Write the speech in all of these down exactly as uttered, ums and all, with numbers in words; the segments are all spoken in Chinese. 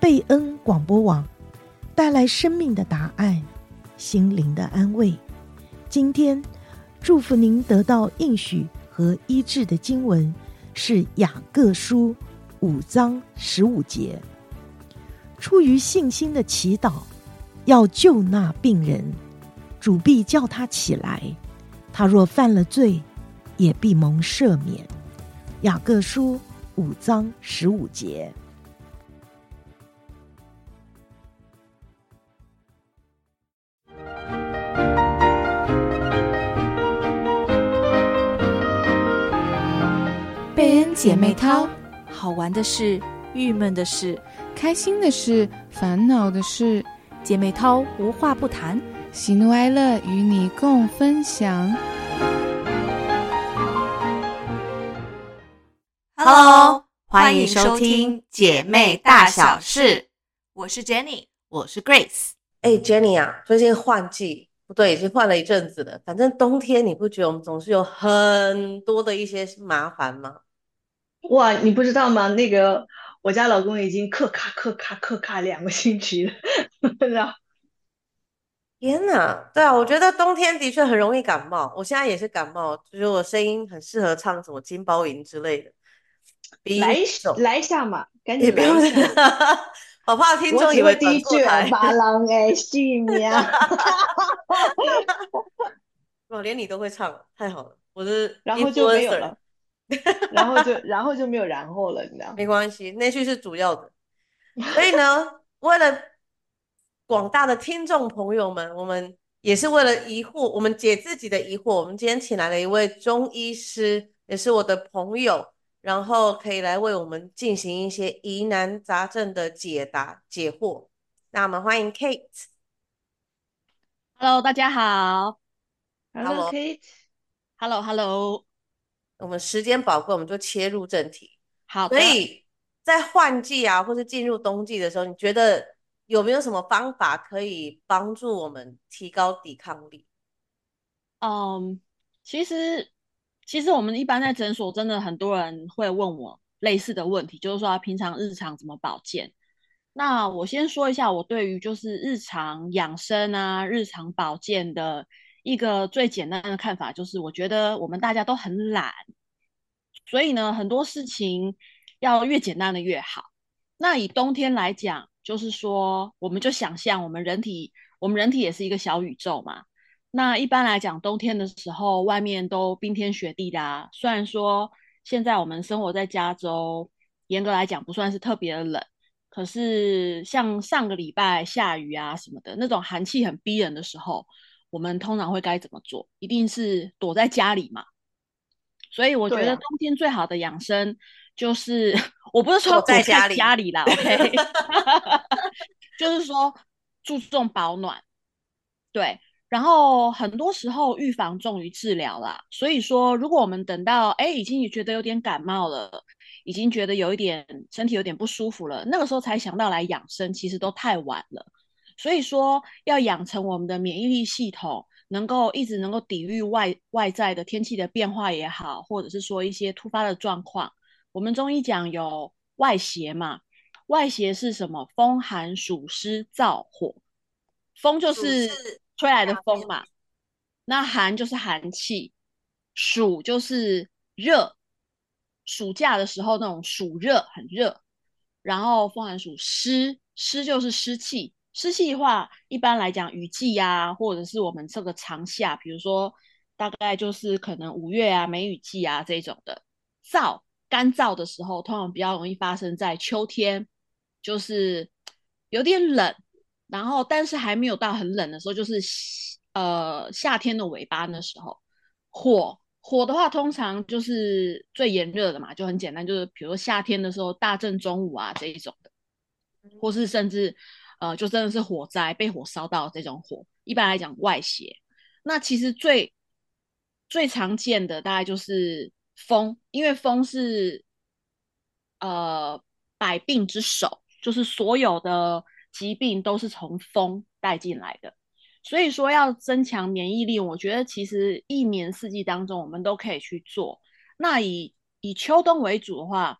贝恩广播网，带来生命的答案，心灵的安慰。今天祝福您得到应许和医治的经文是雅各书五章十五节。出于信心的祈祷，要救那病人，主必叫他起来，他若犯了罪，也必蒙赦免。雅各书五章十五节。 贝恩姐妹淘，好玩的事，郁闷的事， 开心的事，烦恼的事， 姐妹淘无话不谈， 喜怒哀乐与你共分享。 Hello， 欢迎收听姐妹大小事， 我是 Jenny， 我是 Grace。 哎、欸、，Jenny 啊，最近换季，不对，已经换了一阵子了。反正冬天你不觉得我们总是有很多的一些麻烦吗？ 哇，你不知道吗？那个我家老公已经克卡克卡克卡两个星期了，然后天哪，对啊，我觉得冬天的确很容易感冒。我现在也是感冒，就是我声音很适合唱什么金包银之类的。 来来一下嘛，赶紧来一下。 我怕听众以为转错台。 我人的性命。 我连你都会唱，太好了，我是然后就没有了。然后就然后就没有然后了，你知道吗？ 没关系，那句是主要的。所以呢，为了广大的听众朋友们，我们也是为了疑惑，我们解自己的疑惑，我们今天请来了一位中医师，也是我的朋友，然后可以来为我们进行一些疑难杂症的解答解惑。那我们欢迎 Kate。Hello， 大家好。 Hello Kate。Hello Hello。 我们时间宝贵，我们就切入正题。 好的。 所以在换季啊，或是进入冬季的时候，你觉得有没有什么方法可以帮助我们提高抵抗力？ 嗯，其实其实我们一般在诊所，真的很多人会问我类似的问题，就是说平常日常怎么保健。那我先说一下我对于就是日常养生啊、日常保健的一个最简单的看法，就是我觉得我们大家都很懒，所以呢，很多事情要越简单的越好。那以冬天来讲，就是说，我们就想象我们人体，我们人体也是一个小宇宙嘛。那一般来讲，冬天的时候，外面都冰天雪地的啊。虽然说现在我们生活在加州，严格来讲不算是特别的冷，可是像上个礼拜下雨啊什么的，那种寒气很逼人的时候，我们通常会该怎么做？一定是躲在家里嘛。所以我觉得冬天最好的养生就是，啊、我不是说躲在家里, 家里啦 ，OK， 就是说注重保暖，对。然后很多时候预防重于治疗啦，所以说如果我们等到哎已经觉得有点感冒了，已经觉得有一点身体有点不舒服了，那个时候才想到来养生，其实都太晚了。所以说要养成我们的免疫力系统，能够一直能够抵御外外在的天气的变化也好，或者是说一些突发的状况。我们中医讲有外邪嘛，外邪是什么？风寒暑湿燥火。风就是吹来的风嘛，那寒就是寒气，暑就是热，暑假的时候那种暑热很热，然后风寒暑湿，湿就是湿气。湿气的话，一般来讲，雨季啊，或者是我们这个长夏，比如说大概就是可能五月啊、梅雨季啊这种的。燥，干燥的时候，通常比较容易发生在秋天，就是有点冷，然后但是还没有到很冷的时候，就是呃夏天的尾巴那时候。火，火的话通常就是最炎热的嘛，就很简单，就是比如说夏天的时候，大正中午啊这一种的，或是甚至。呃，就真的是火灾被火烧到这种火，一般来讲外邪。那其实最最常见的大概就是风，因为风是呃百病之首，就是所有的疾病都是从风带进来的。所以说要增强免疫力，我觉得其实一年四季当中我们都可以去做。那以以秋冬为主的话，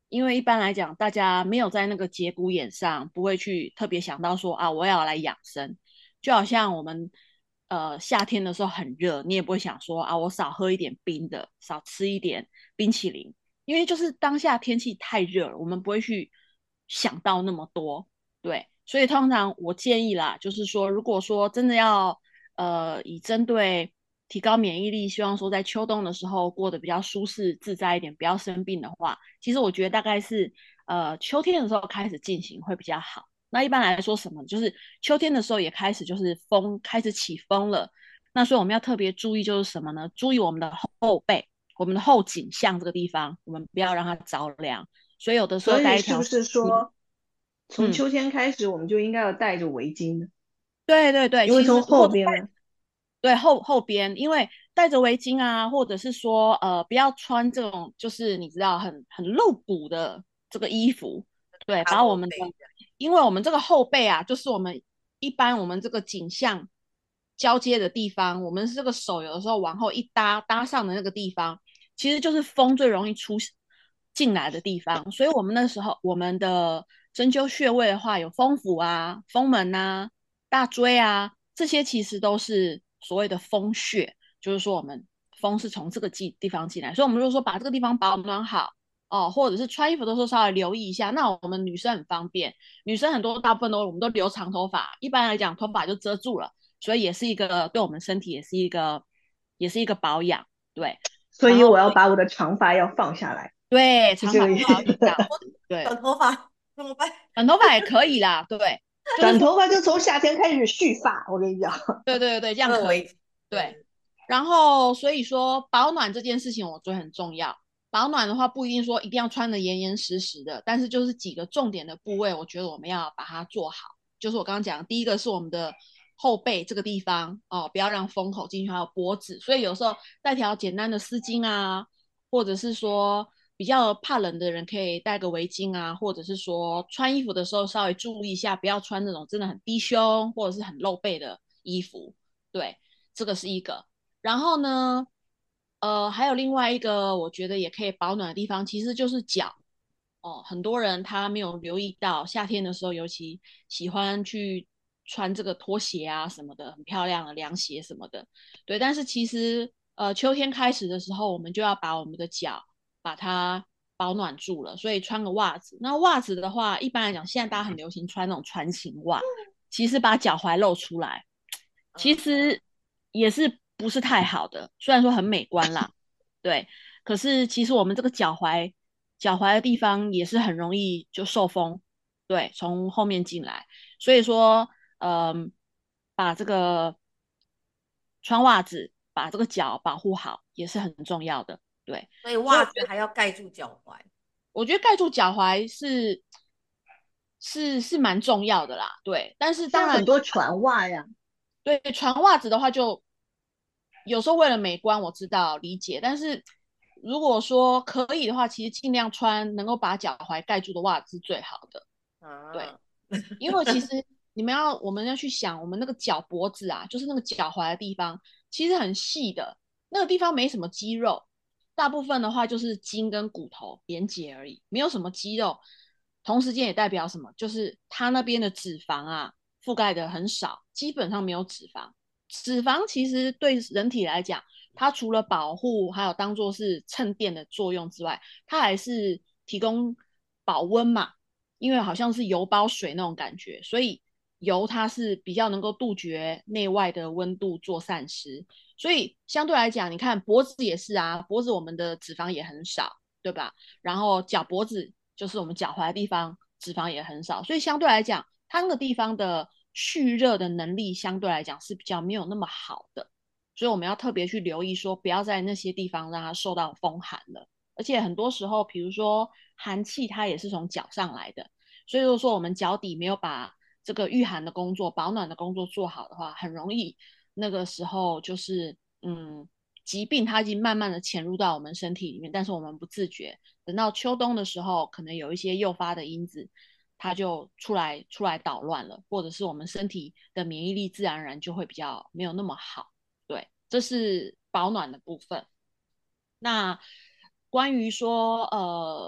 因为一般来讲，大家没有在那个节骨眼上，不会去特别想到说啊，我要来养生。就好像我们呃夏天的时候很热，你也不会想说啊，我少喝一点冰的，少吃一点冰淇淋，因为就是当下天气太热了，我们不会去想到那么多。对，所以通常我建议啦，就是说，如果说真的要呃以针对提高免疫力，希望说在秋冬的时候过得比较舒适自在一点，不要生病的话，其实我觉得大概是呃秋天的时候开始进行会比较好。那一般来说什么，就是秋天的时候也开始就是风开始起风了，那所以我们要特别注意就是什么呢？注意我们的后背，我们的后颈项这个地方，我们不要让它着凉。所以有的时候所带一条， 以是不是说，从嗯， 秋天开始我们就应该要带着围巾呢？ 对对对， 因为从其实或者后边呢， 对后后边，因为戴着围巾啊，或者是说呃，不要穿这种就是你知道很很露骨的这个衣服，对， 大把我们的， 露背因为我们这个后背啊，就是我们一般我们这个颈项交接的地方，我们这个手有的时候往后一搭搭上的那个地方，其实就是风最容易出进来的地方，所以我们那时候我们的针灸穴位的话，有风府啊、风门啊、大椎啊，这些其实都是所谓的风穴，就是说我们风是从这个地地方进来，所以我们如果说把这个地方保暖好哦，或者是穿衣服的时候稍微留意一下，那我们女生很方便，女生很多大部分都我们都留长头发，一般来讲头发就遮住了，所以也是一个对我们身体也是一个也是一个保养，对， 所以然后我要把我的长发要放下来， 对是这个意长发不好思。 讲，对短头发怎么办？ 短头发也可以啦，对，就是说短头发就从夏天开始蓄发，我跟你讲。 对对对，这样可以。 这个围巾， 对，然后所以说保暖这件事情我觉得很重要。保暖的话不一定说一定要穿的严严实实的，但是就是几个重点的部位，我觉得我们要把它做好。就是我刚刚讲，第一个是我们的后背这个地方哦，不要让风口进去，还有脖子。所以有时候带条简单的丝巾啊，或者是说比较怕冷的人可以带个围巾啊，或者是说穿衣服的时候稍微注意一下，不要穿那种真的很低胸或者是很露背的衣服。对，这个是一个。然后呢，呃，还有另外一个我觉得也可以保暖的地方，其实就是脚。哦，很多人他没有留意到，夏天的时候尤其喜欢去穿这个拖鞋啊什么的，很漂亮的凉鞋什么的。对，但是其实呃秋天开始的时候，我们就要把我们的脚把它保暖住了，所以穿个袜子。那袜子的话，一般来讲，现在大家很流行穿那种船型袜，其实把脚踝露出来，其嗯， 实也是不是太好的，虽然说很美观啦，对，可是其实我们这个脚踝脚踝的地方也是很容易就受风，对，从后面进来，所以说，嗯，把这个穿袜子把这个脚保护好也是很重要的，对， 所以所以我觉得袜子还要盖住脚踝。 我觉得盖住脚踝是是是蛮重要的啦，对，但是当然现在很多船袜呀， 对，穿袜子的话就，有时候为了美观，我知道理解，但是如果说可以的话，其实尽量穿能够把脚踝盖住的袜子是最好的。对， 啊， 因为其实你们要我们要去想，我们那个脚脖子啊，就是那个脚踝的地方，其实很细的，那个地方没什么肌肉，大部分的话就是筋跟骨头连接而已，没有什么肌肉。同时间也代表什么？就是它那边的脂肪啊，覆盖的很少，基本上没有脂肪。脂肪其实对人体来讲，它除了保护，还有当做是蹭电的作用之外，它还是提供保温嘛。因为好像是油包水那种感觉，所以油它是比较能够杜绝内外的温度做散失。所以相对来讲，你看脖子也是啊，脖子我们的脂肪也很少，对吧？然后脚脖子就是我们脚踝的地方，脂肪也很少，所以相对来讲，它那个地方的蓄热的能力相对来讲是比较没有那么好的。所以我们要特别去留意说，不要在那些地方让它受到风寒了。而且很多时候，比如说寒气，它也是从脚上来的，所以如果说我们脚底没有把这个御寒的工作、保暖的工作做好的话，很容易那个时候就是嗯，疾病它已经慢慢的潜入到我们身体里面，但是我们不自觉，等到秋冬的时候，可能有一些诱发的因子，它就出来出来捣乱了，或者是我们身体的免疫力自然而然就会比较没有那么好。对，这是保暖的部分。那关于说呃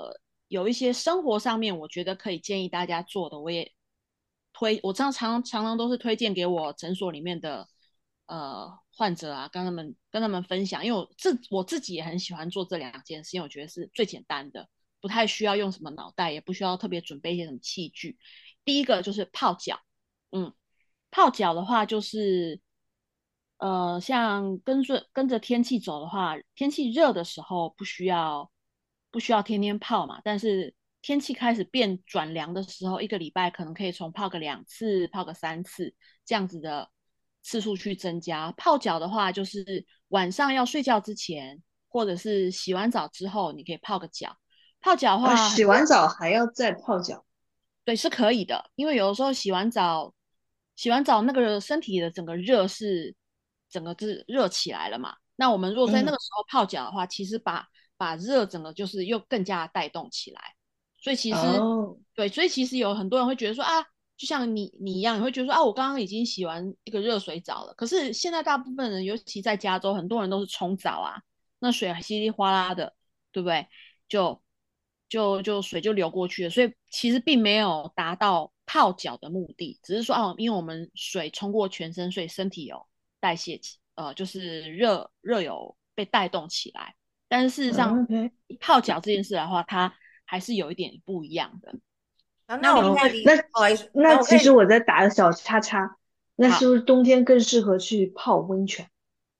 有一些生活上面，我觉得可以建议大家做的，我也推，我常常常常都是推荐给我诊所里面的呃患者啊，跟他们跟他们分享，因为我自我自己也很喜欢做这两件事，因为我觉得是最简单的，不太需要用什么脑袋，也不需要特别准备一些什么器具。第一个就是泡脚，嗯，泡脚的话就是。呃，像跟着跟着天气走的话，天气热的时候不需要不需要天天泡嘛，但是天气开始变转凉的时候，一个礼拜可能可以从泡个两次、泡个三次这样子的次数去增加。泡脚的话，就是晚上要睡觉之前，或者是洗完澡之后，你可以泡个脚。泡脚的啊， 话， 洗完澡还要再泡脚。 对，是可以的，因为有的时候洗完澡，洗完澡那个身体的整个热是整个是热起来了嘛。那我们如果在那嗯， 个时候泡脚的话，其实把把热整个就是又更加带动起来。所以其实哦， 对，所以其实有很多人会觉得说啊，就像你你一样，你会觉得说啊，我刚刚已经洗完一个热水澡了。可是现在大部分人，尤其在加州，很多人都是冲澡啊，那水稀里哗啦的，对不对？就就就水就流过去了，所以其实并没有达到泡脚的目的，只是说哦，因为我们水冲过全身，所以身体有代谢起，呃，就是热热有被带动起来。但是事实上， 嗯，OK。 泡脚这件事的话，它还是有一点不一样的。 啊，那我那另外， 哦， 可以理， 那不好意思， 那那我可以， 其实我在打个小叉叉，那是好， 不是冬天更适合去泡温泉？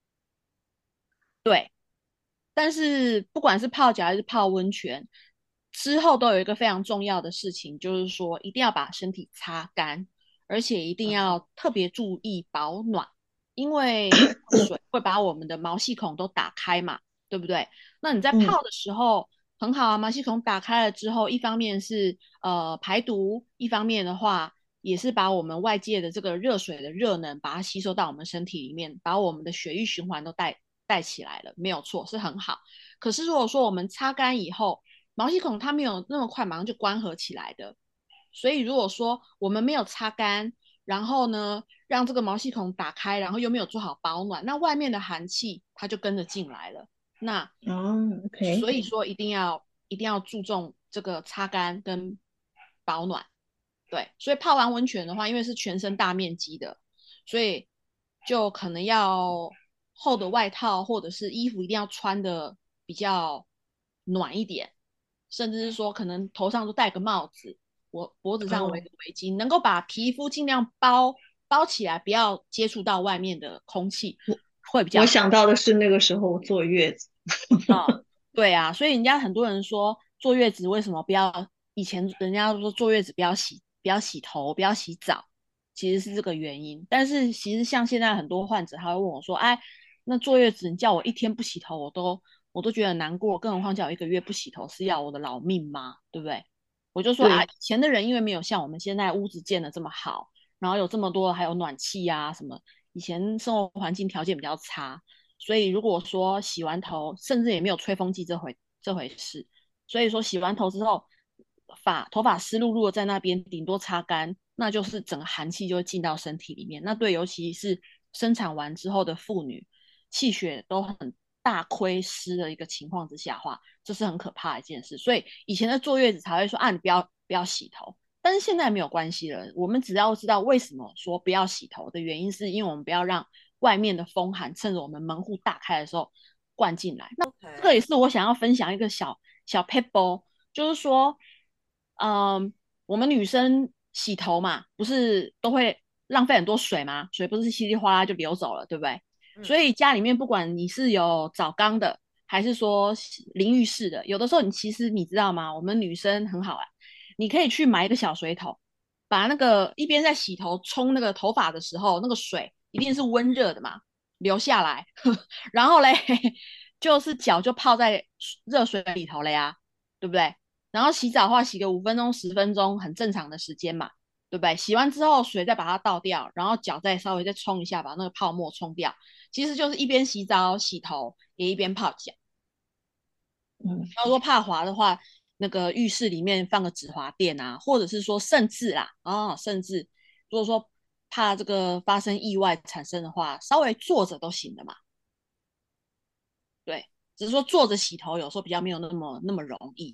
对，但是不管是泡脚还是泡温泉，之后都有一个非常重要的事情，就是说一定要把身体擦干，而且一定要特别注意保暖，因为水会把我们的毛细孔都打开嘛，对不对？那你在嗯泡的时候很好啊，毛细孔打开了之后，一方面是呃排毒，一方面的话也是把我们外界的这个热水的热能把它吸收到我们身体里面，把我们的血液循环都带带起来了，没有错，是很好。可是如果说我们擦干以后，毛细孔它没有那么快马上就关合起来的，所以如果说我们没有擦干，然后呢让这个毛细孔打开，然后又没有做好保暖，那外面的寒气它就跟着进来了。那哦，OK。 所以说一定要一定要注重这个擦干跟保暖。对，所以泡完温泉的话，因为是全身大面积的，所以就可能要厚的外套或者是衣服一定要穿的比较暖一点，甚至是说可能头上都戴个帽子，脖脖子上围哦， 个围巾，能够把皮肤尽量包包起来，不要接触到外面的空气，会比较好。 我想到的是那个时候坐月子。 啊，对啊，所以人家很多人说坐月子为什么不要？以前人家都说坐月子不要洗，不要洗头，不要洗澡，其实是这个原因。但是其实像现在很多患者，他会问我说：“哎，那坐月子你叫我一天不洗头，我都我都觉得很难过，更何况叫我一个月不洗头，是要我的老命吗？对不对？”我就说啊，以对， 前的人因为没有像我们现在屋子建的这么好，然后有这么多还有暖气啊什么，以前生活环境条件比较差。所以如果说洗完头，甚至也没有吹风机这回这回事，所以说洗完头之后，发头发湿漉漉的在那边，顶多擦干，那就是整个寒气就会进到身体里面。那对，尤其是生产完之后的妇女，气血都很大亏失的一个情况之下话，这是很可怕的一件事。所以以前的坐月子才会说啊，你不要不要洗头。但是现在没有关系了，我们只要知道为什么说不要洗头的原因，是因为我们不要让外面的风寒趁着我们门户大开的时候灌进来。那这个 OK， 也是我想要分享一个小小 pebble，就是说，嗯，我们女生洗头嘛，不是都会浪费很多水吗？水不是稀里哗啦就流走了，对不对？ 嗯， 所以家里面不管你是有澡缸的，还是说淋浴室的，有的时候你其实你知道吗？我们女生很好啊，你可以去买一个小水桶，把那个一边在洗头冲那个头发的时候，那个水一定是温热的嘛，流下来，然后嘞，就是脚就泡在热水里头了呀，对不对？然后洗澡的话，洗个五分钟、十分钟，很正常的时间嘛，对不对？洗完之后，水再把它倒掉，然后脚再稍微再冲一下，把那个泡沫冲掉。其实就是一边洗澡、洗头，也一边泡脚。 嗯， 要说怕滑的话，那个浴室里面放个止滑垫啊，或者是说甚至啦，啊，甚至如果说怕这个发生意外产生的话，稍微坐着都行的嘛。对，只是说坐着洗头有时候比较没有那么那么容易。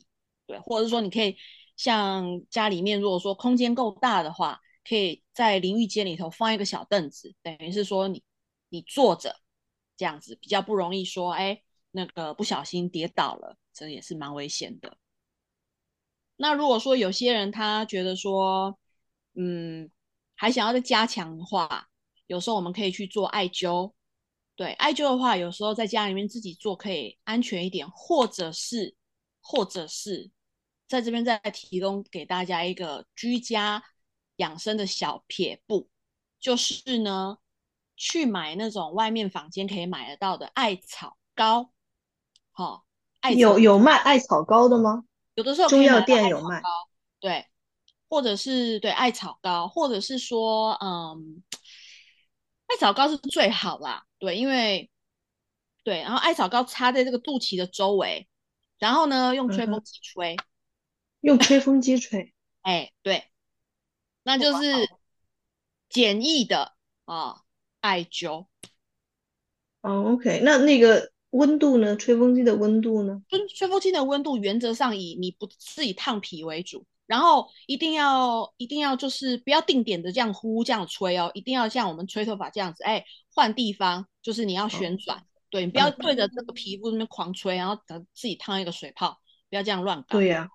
对，或者是说你可以像家里面如果说空间够大的话，可以在淋浴间里头放一个小凳子，等于是说你你坐着这样子比较不容易说，哎，那个不小心跌倒了，这也是蛮危险的。那如果说有些人他觉得说，嗯，还想要再加强的话，有时候我们可以去做艾灸。对，艾灸的话，有时候在家里面自己做可以安全一点，或者是，或者是在这边再提供给大家一个居家养生的小撇步，就是呢，去买那种外面坊间可以买得到的艾草膏。好、哦，艾草有有卖艾草膏的吗？ 有的时候可中药以买得到艾草店有卖。 膏，对，或者是对艾草膏，或者是说，嗯，艾草膏是最好啦，对，因为对，然后艾草膏插在这个肚脐的周围，然后呢用吹风嗯哼， 机吹， 用吹风机吹。 哎，对，那就是简易的啊艾灸。 哦，OK，那那个温度呢？吹风机的温度呢？ 吹吹风机的温度原则上以你不是以烫皮为主，然后一定要一定要就是不要定点的这样呼这样吹哦，一定要像我们吹头发这样子，哎，换地方就是你要旋哦， 转，对你不要嗯， 对着这个皮肤那边狂吹，然后等自己烫一个水泡，不要这样乱搞， 对呀，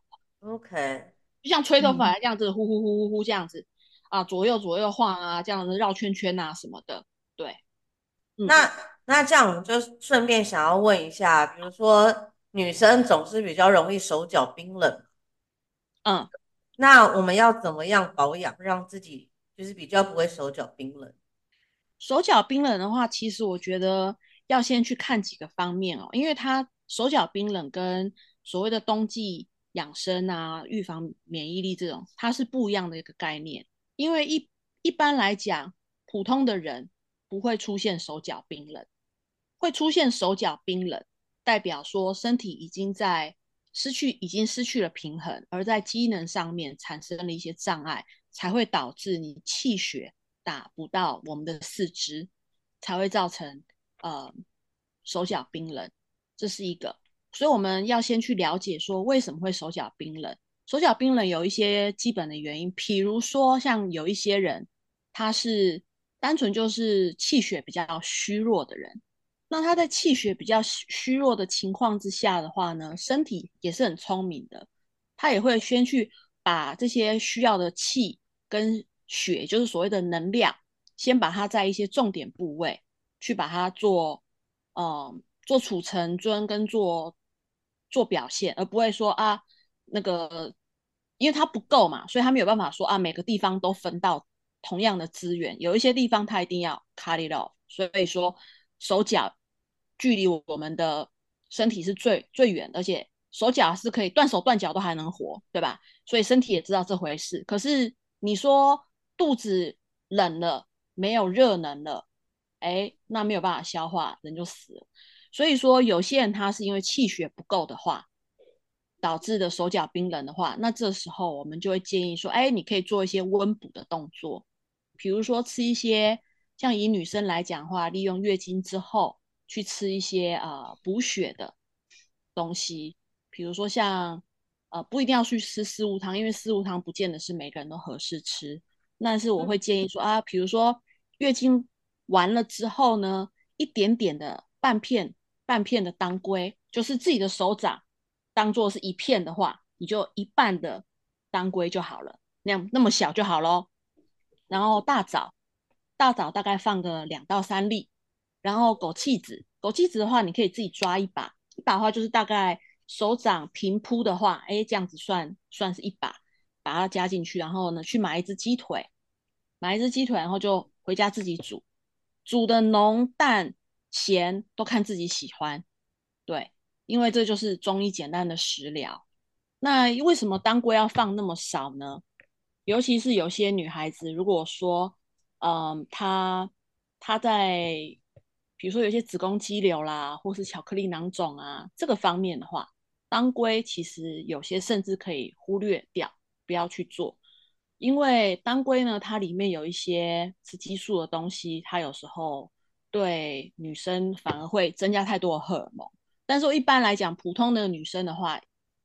OK， 就像吹头嗯， 发这样子呼呼呼呼呼这样子啊，左右左右晃啊，这样子绕圈圈啊什么的，对，嗯那那这样我就顺便想要问一下，比如说女生总是比较容易手脚冰冷， 嗯。 那我们要怎么样保养，让自己就是比较不会手脚冰冷？ 手脚冰冷的话，其实我觉得要先去看几个方面哦，因为它手脚冰冷跟所谓的冬季养生啊、预防免疫力这种，它是不一样的一个概念。因为一一般来讲，普通的人不会出现手脚冰冷，会出现手脚冰冷，代表说身体已经在失去，已经失去了平衡，而在机能上面产生了一些障碍，才会导致你气血打不到我们的四肢，才会造成呃手脚冰冷，这是一个。所以我们要先去了解说为什么会手脚冰冷。手脚冰冷有一些基本的原因，比如说像有一些人他是单纯就是气血比较虚弱的人，那他在气血比较虚弱的情况之下的话呢，身体也是很聪明的，他也会先去把这些需要的气跟血，就是所谓的能量，先把它在一些重点部位去把它做，嗯，做储存尊跟做做表现，而不会说啊那个，因为它不够嘛，所以他没有办法说啊每个地方都分到同样的资源，有一些地方他一定要 cut it off，所以说手脚距离我们的身体是最最远的，而且手脚是可以断手断脚都还能活，对吧？所以身体也知道这回事。可是你说肚子冷了，没有热能了，哎，那没有办法消化，人就死了。所以说，有些人他是因为气血不够的话，导致的手脚冰冷的话，那这时候我们就会建议说，哎，你可以做一些温补的动作，比如说吃一些，像以女生来讲的话，利用月经之后去吃一些呃补血的东西，比如说像呃不一定要去吃四物汤，因为四物汤不见得是每个人都合适吃。但是我会建议说啊，比如说月经完了之后呢，一点点的半片半片的当归，就是自己的手掌当做是一片的话，你就一半的当归就好了，那样那么小就好咯。然后大枣，大枣大概放个两到三粒，然后枸杞子，枸杞子的话，你可以自己抓一把，一把的话就是大概手掌平铺的话，哎，这样子算算是一把，把它加进去，然后呢，去买一只鸡腿，买一只鸡腿，然后就回家自己煮，煮的浓淡咸都看自己喜欢，对，因为这就是中医简单的食疗。那为什么当归要放那么少呢？尤其是有些女孩子，如果说，嗯，她她在比如说有些子宫肌瘤啦，或是巧克力囊肿啊这个方面的话，当归其实有些甚至可以忽略掉，不要去做，因为当归呢，它里面有一些雌激素的东西，它有时候对女生反而会增加太多的荷尔蒙。但是一般来讲，普通的女生的话，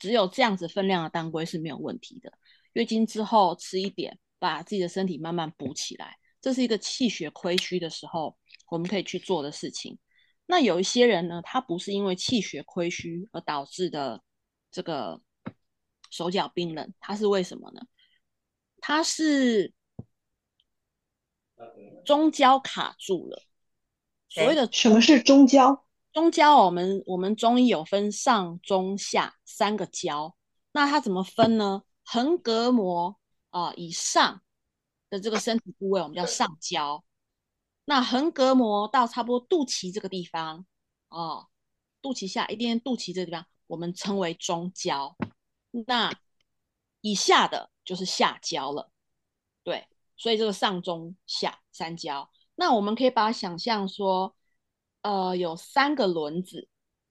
只有这样子分量的当归是没有问题的。月经之后吃一点，把自己的身体慢慢补起来，这是一个气血亏虚的时候我们可以去做的事情。那有一些人呢，他不是因为气血亏虚而导致的这个手脚冰冷，他是为什么呢？他是中焦卡住了。所谓的什么是中焦？ 中焦，我们我们中医有分上中下三个焦，那它怎么分呢？横膈膜啊、呃、以上的这个身体部位我们叫上焦，那横膈膜到差不多肚脐这个地方哦，肚脐下一点肚脐这个地方我们称为中焦，那以下的就是下焦了。对，所以这个上中下三焦，那我们可以把它想象说呃有三个轮子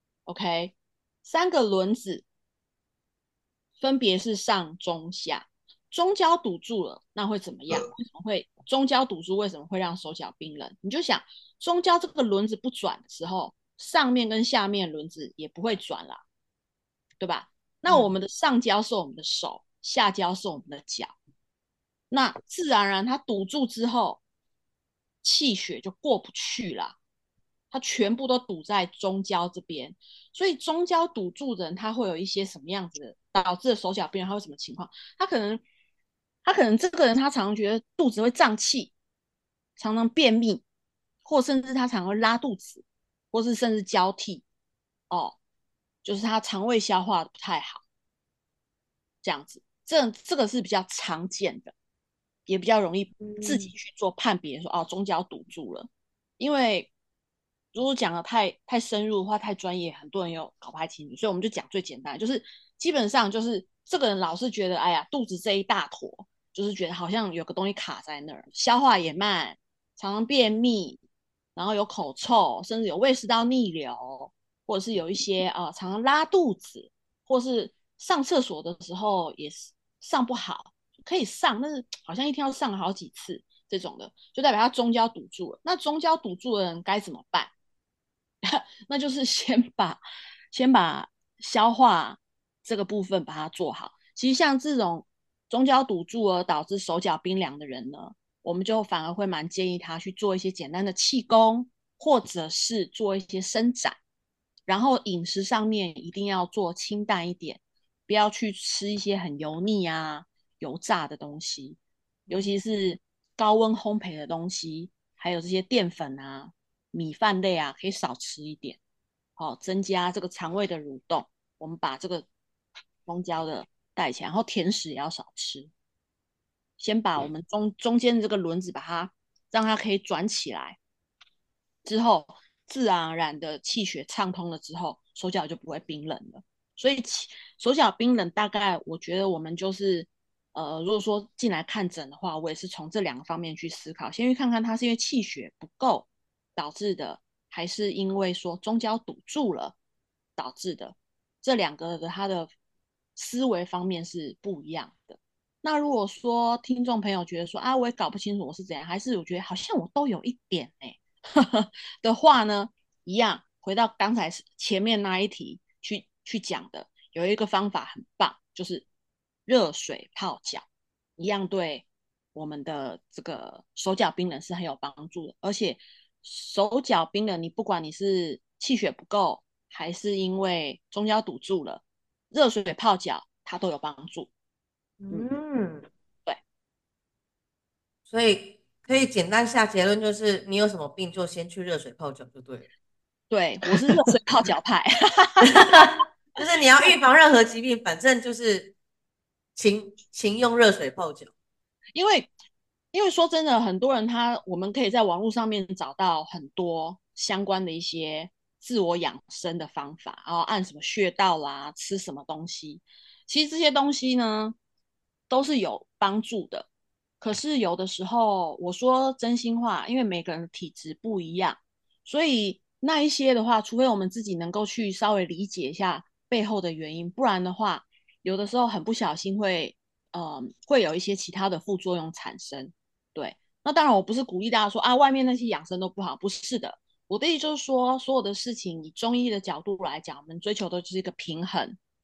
OK， 三个轮子分别是上中下，中焦堵住了那会怎么样？为什么会中焦堵住？为什么会让手脚冰冷？你就想中焦这个轮子不转的时候，上面跟下面轮子也不会转啦，对吧？那我们的上焦是我们的手，下焦是我们的脚，那自然而然它堵住之后，气血就过不去啦，它全部都堵在中焦这边，所以中焦堵住的人，他会有一些什么样子的导致的手脚冰冷？他会什么情况？他可能，他可能这个人他常常觉得肚子会胀气，常常便秘，或甚至他常常会拉肚子，或是甚至交替，哦，就是他肠胃消化不太好，这样子，这这个是比较常见的，也比较容易自己去做判别说，哦，中焦堵住了，因为如果讲的太太深入的话，太专业，很多人又搞不太清楚，所以我们就讲最简单，就是基本上就是这个人老是觉得，哎呀，肚子这一大坨，就是觉得好像有个东西卡在那儿，消化也慢，常常便秘，然后有口臭，甚至有胃食道逆流，或者是有一些啊、呃、常常拉肚子，或是上厕所的时候也是上不好，可以上，但是好像一天要上好几次这种的，就代表他中焦堵住了。那中焦堵住的人该怎么办？那就是先把先把消化这个部分把它做好。其实像这种中焦堵住而导致手脚冰凉的人呢，我们就反而会蛮建议他去做一些简单的气功，或者是做一些伸展。然后饮食上面一定要做清淡一点，不要去吃一些很油腻啊、油炸的东西，尤其是高温烘焙的东西，还有这些淀粉啊、米饭类啊，可以少吃一点，好、哦，增加这个肠胃的蠕动。我们把这个中焦的带起来，然后甜食也要少吃。先把我们中中间的这个轮子把它让它可以转起来，之后自然而然的气血畅通了之后，手脚就不会冰冷了。所以手脚冰冷，大概我觉得我们就是呃，如果说进来看诊的话，我也是从这两个方面去思考，先去看看它是因为气血不够导致的，还是因为说中焦堵住了导致的。这两个的它的思维方面是不一样的。那如果说听众朋友觉得说啊，我也搞不清楚我是怎样，还是我觉得好像我都有一点哎、欸。的话呢，一样回到刚才前面那一题去去讲的，有一个方法很棒，就是热水泡脚，一样对我们的这个手脚冰冷是很有帮助的。而且手脚冰冷，你不管你是气血不够，还是因为中焦堵住了，热水泡脚它都有帮助。 嗯， 嗯对， 所以可以简单下结论，就是你有什么病就先去热水泡脚就对了。 对，我是热水泡脚派， 就是你要预防任何疾病，反正就是勤勤用热水泡脚。 因为因为说真的，很多人他我们可以在网络上面找到很多相关的一些自我养生的方法，然后按什么穴道啦，吃什么东西，其实这些东西呢都是有帮助的。可是有的时候，我说真心话，因为每个人的体质不一样，所以那一些的话，除非我们自己能够去稍微理解一下背后的原因，不然的话，有的时候很不小心会，呃，会有一些其他的副作用产生。对，那当然我不是鼓励大家说啊，外面那些养生都不好，不是的。我的意思就是说，所有的事情以中医的角度来讲，我们追求的就是一个平衡。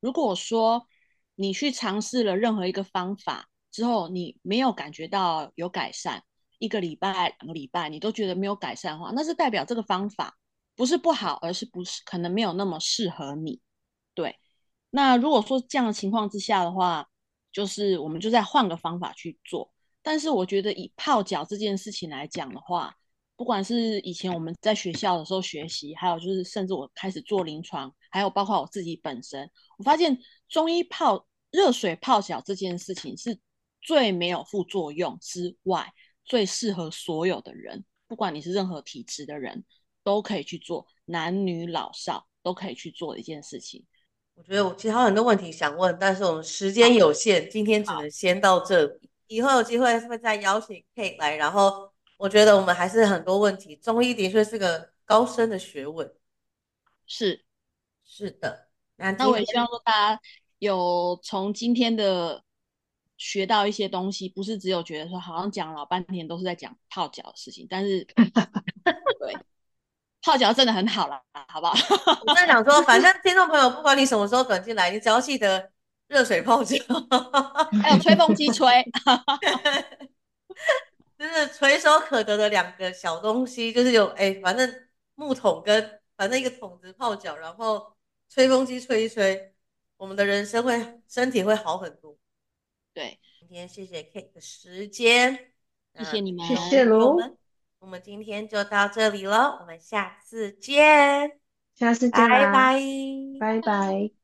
如果说你去尝试了任何一个方法之后，你没有感觉到有改善，一个礼拜、两个礼拜，你都觉得没有改善的话，那是代表这个方法不是不好，而是不是可能没有那么适合你。对，那如果说这样的情况之下的话，就是我们就再换个方法去做。但是我觉得以泡脚这件事情来讲的话，不管是以前我们在学校的时候学习，还有就是甚至我开始做临床，还有包括我自己本身，我发现中医泡热水泡脚这件事情是最没有副作用之外，最适合所有的人，不管你是任何体质的人，都可以去做，男女老少都可以去做的一件事情。 我觉得我其实还有很多问题想问，但是我们时间有限，今天只能先到这里。以后有机会会再邀请 Kate 来，然后我觉得我们还是很多问题，中医的确是个高深的学问。 是， 是的，那那今天我也希望说大家有从今天的学到一些东西，不是只有觉得说好像讲了老半天都是在讲泡脚的事情，但是对泡脚真的很好啦，好不好？ 我在想说，反正听众朋友不管你什么时候转进来，你只要记得热水泡脚， 还有吹风机吹， 就是垂手可得的两个小东西，就是有哎，反正木桶跟反正一个桶子泡脚，然后吹风机吹一吹，我们的人生会身体会好很多。 对， 今天谢谢 Kate 的时间， 谢谢你们， 谢谢喽， 我们今天就到这里了，我们下次见， 下次见拜啦， 拜。 拜拜。